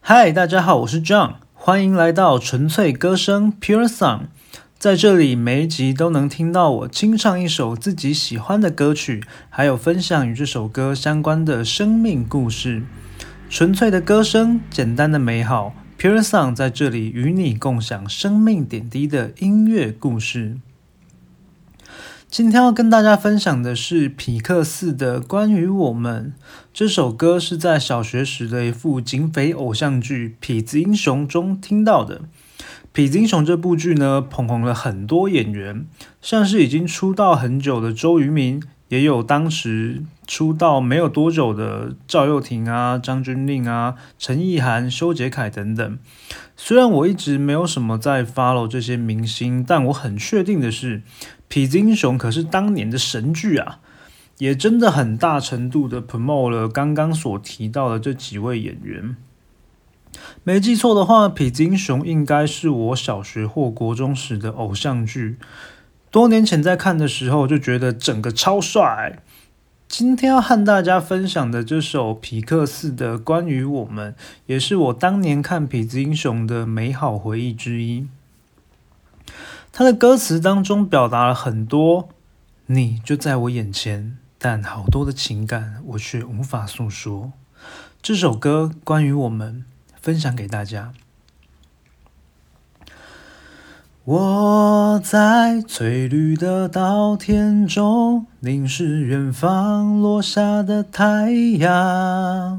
嗨，大家好，我是 John， 欢迎来到纯粹歌声 Pure Song。在这里，每一集都能听到我清唱一首自己喜欢的歌曲，还有分享与这首歌相关的生命故事。纯粹的歌声，简单的美好 ，Pure Song 在这里与你共享生命点滴的音乐故事。今天要跟大家分享的是匹克四的《关于我们》。这首歌是在小学时的一部警匪偶像剧《痞子英雄》中听到的。《痞子英雄》这部剧呢，捧红了很多演员，像是已经出道很久的周渝民，也有当时出道没有多久的赵又廷啊、张钧甯啊、陈意涵、修杰楷等等。虽然我一直没有什么在 follow 这些明星，但我很确定的是，痞子英雄可是当年的神剧啊，也真的很大程度的 promote 了刚刚所提到的这几位演员。没记错的话，痞子英雄应该是我小学或国中时的偶像剧。多年前在看的时候就觉得整个超帅。今天要和大家分享的这首匹克四的《关于我们》，也是我当年看痞子英雄的美好回忆之一。他的歌词当中表达了很多你就在我眼前，但好多的情感我却无法诉说。这首歌《关于我们》分享给大家。我在翠绿的稻田中凝视远方落下的太阳，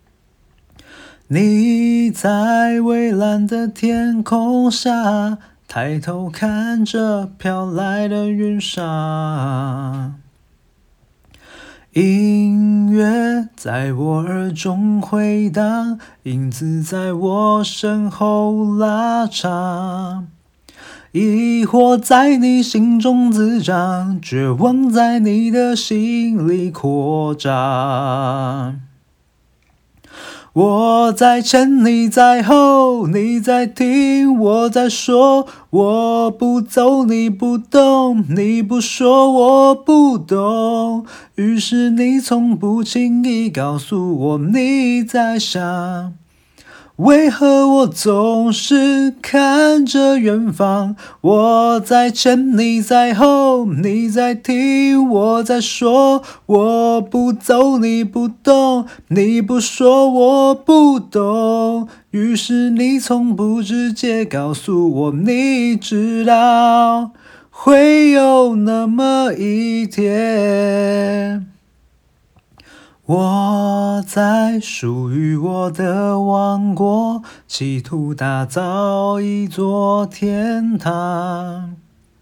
你在蔚蓝的天空下抬头看着飘来的云纱，音乐在我耳中回荡，影子在我身后拉长，疑惑在你心中滋长，绝望在你的心里扩张。我在前，你在后，你在听，我在说，我不走，你不动，你不说，我不懂。于是你从不轻易告诉我你在想，为何我总是看着远方？我在前，你在后，你在听，我在说，我不走，你不动，你不说，我不懂。于是你从不直接告诉我你知道，会有那么一天，我在属于我的王国，企图打造一座天堂。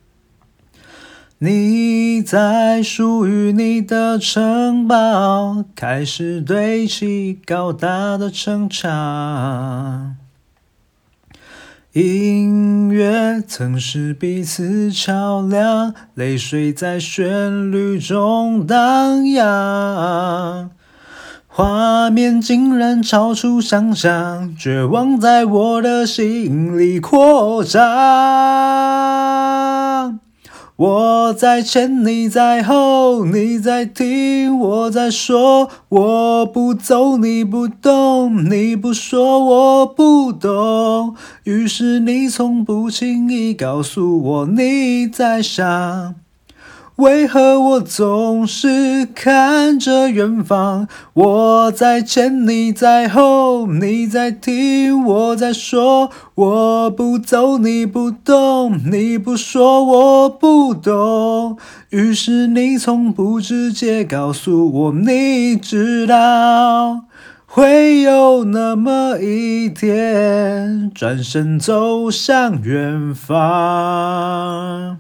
你在属于你的城堡，开始堆起高大的城墙。音乐曾是彼此桥梁，泪水在旋律中荡漾，画面竟然超出想象，绝望在我的心里扩张。我在前，你在后，你在听，我在说，我不走，你不动，你不说，我不懂。于是你从不轻易告诉我你在想，为何我总是看着远方？我在前，你在后，你在听，我在说，我不走，你不动，你不说，我不懂。于是你从不直接告诉我你知道，会有那么一天，转身走向远方。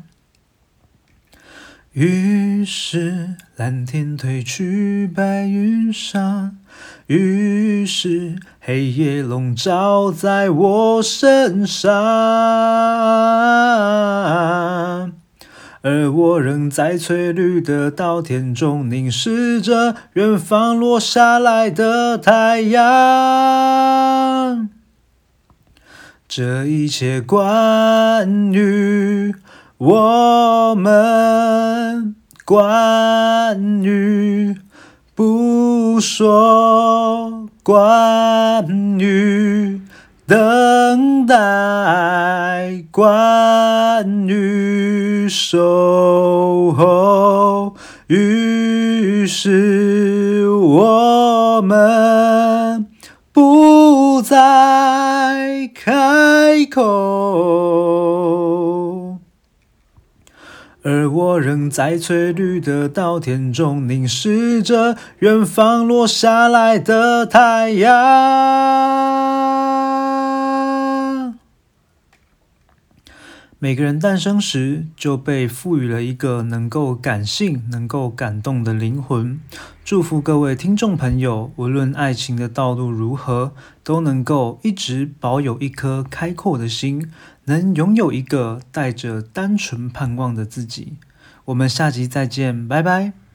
于是蓝天褪去白云上，于是黑夜笼罩在我身上，而我仍在翠绿的稻田中凝视着远方落下来的太阳。这一切关于我们，关于不说，关于等待，关于守候，于是我们不再开口，而我仍在翠绿的稻田中凝视着远方落下来的太阳。每个人诞生时就被赋予了一个能够感性、能够感动的灵魂。祝福各位听众朋友，无论爱情的道路如何，都能够一直保有一颗开阔的心，能拥有一个带着单纯盼望的自己。我们下集再见，拜拜。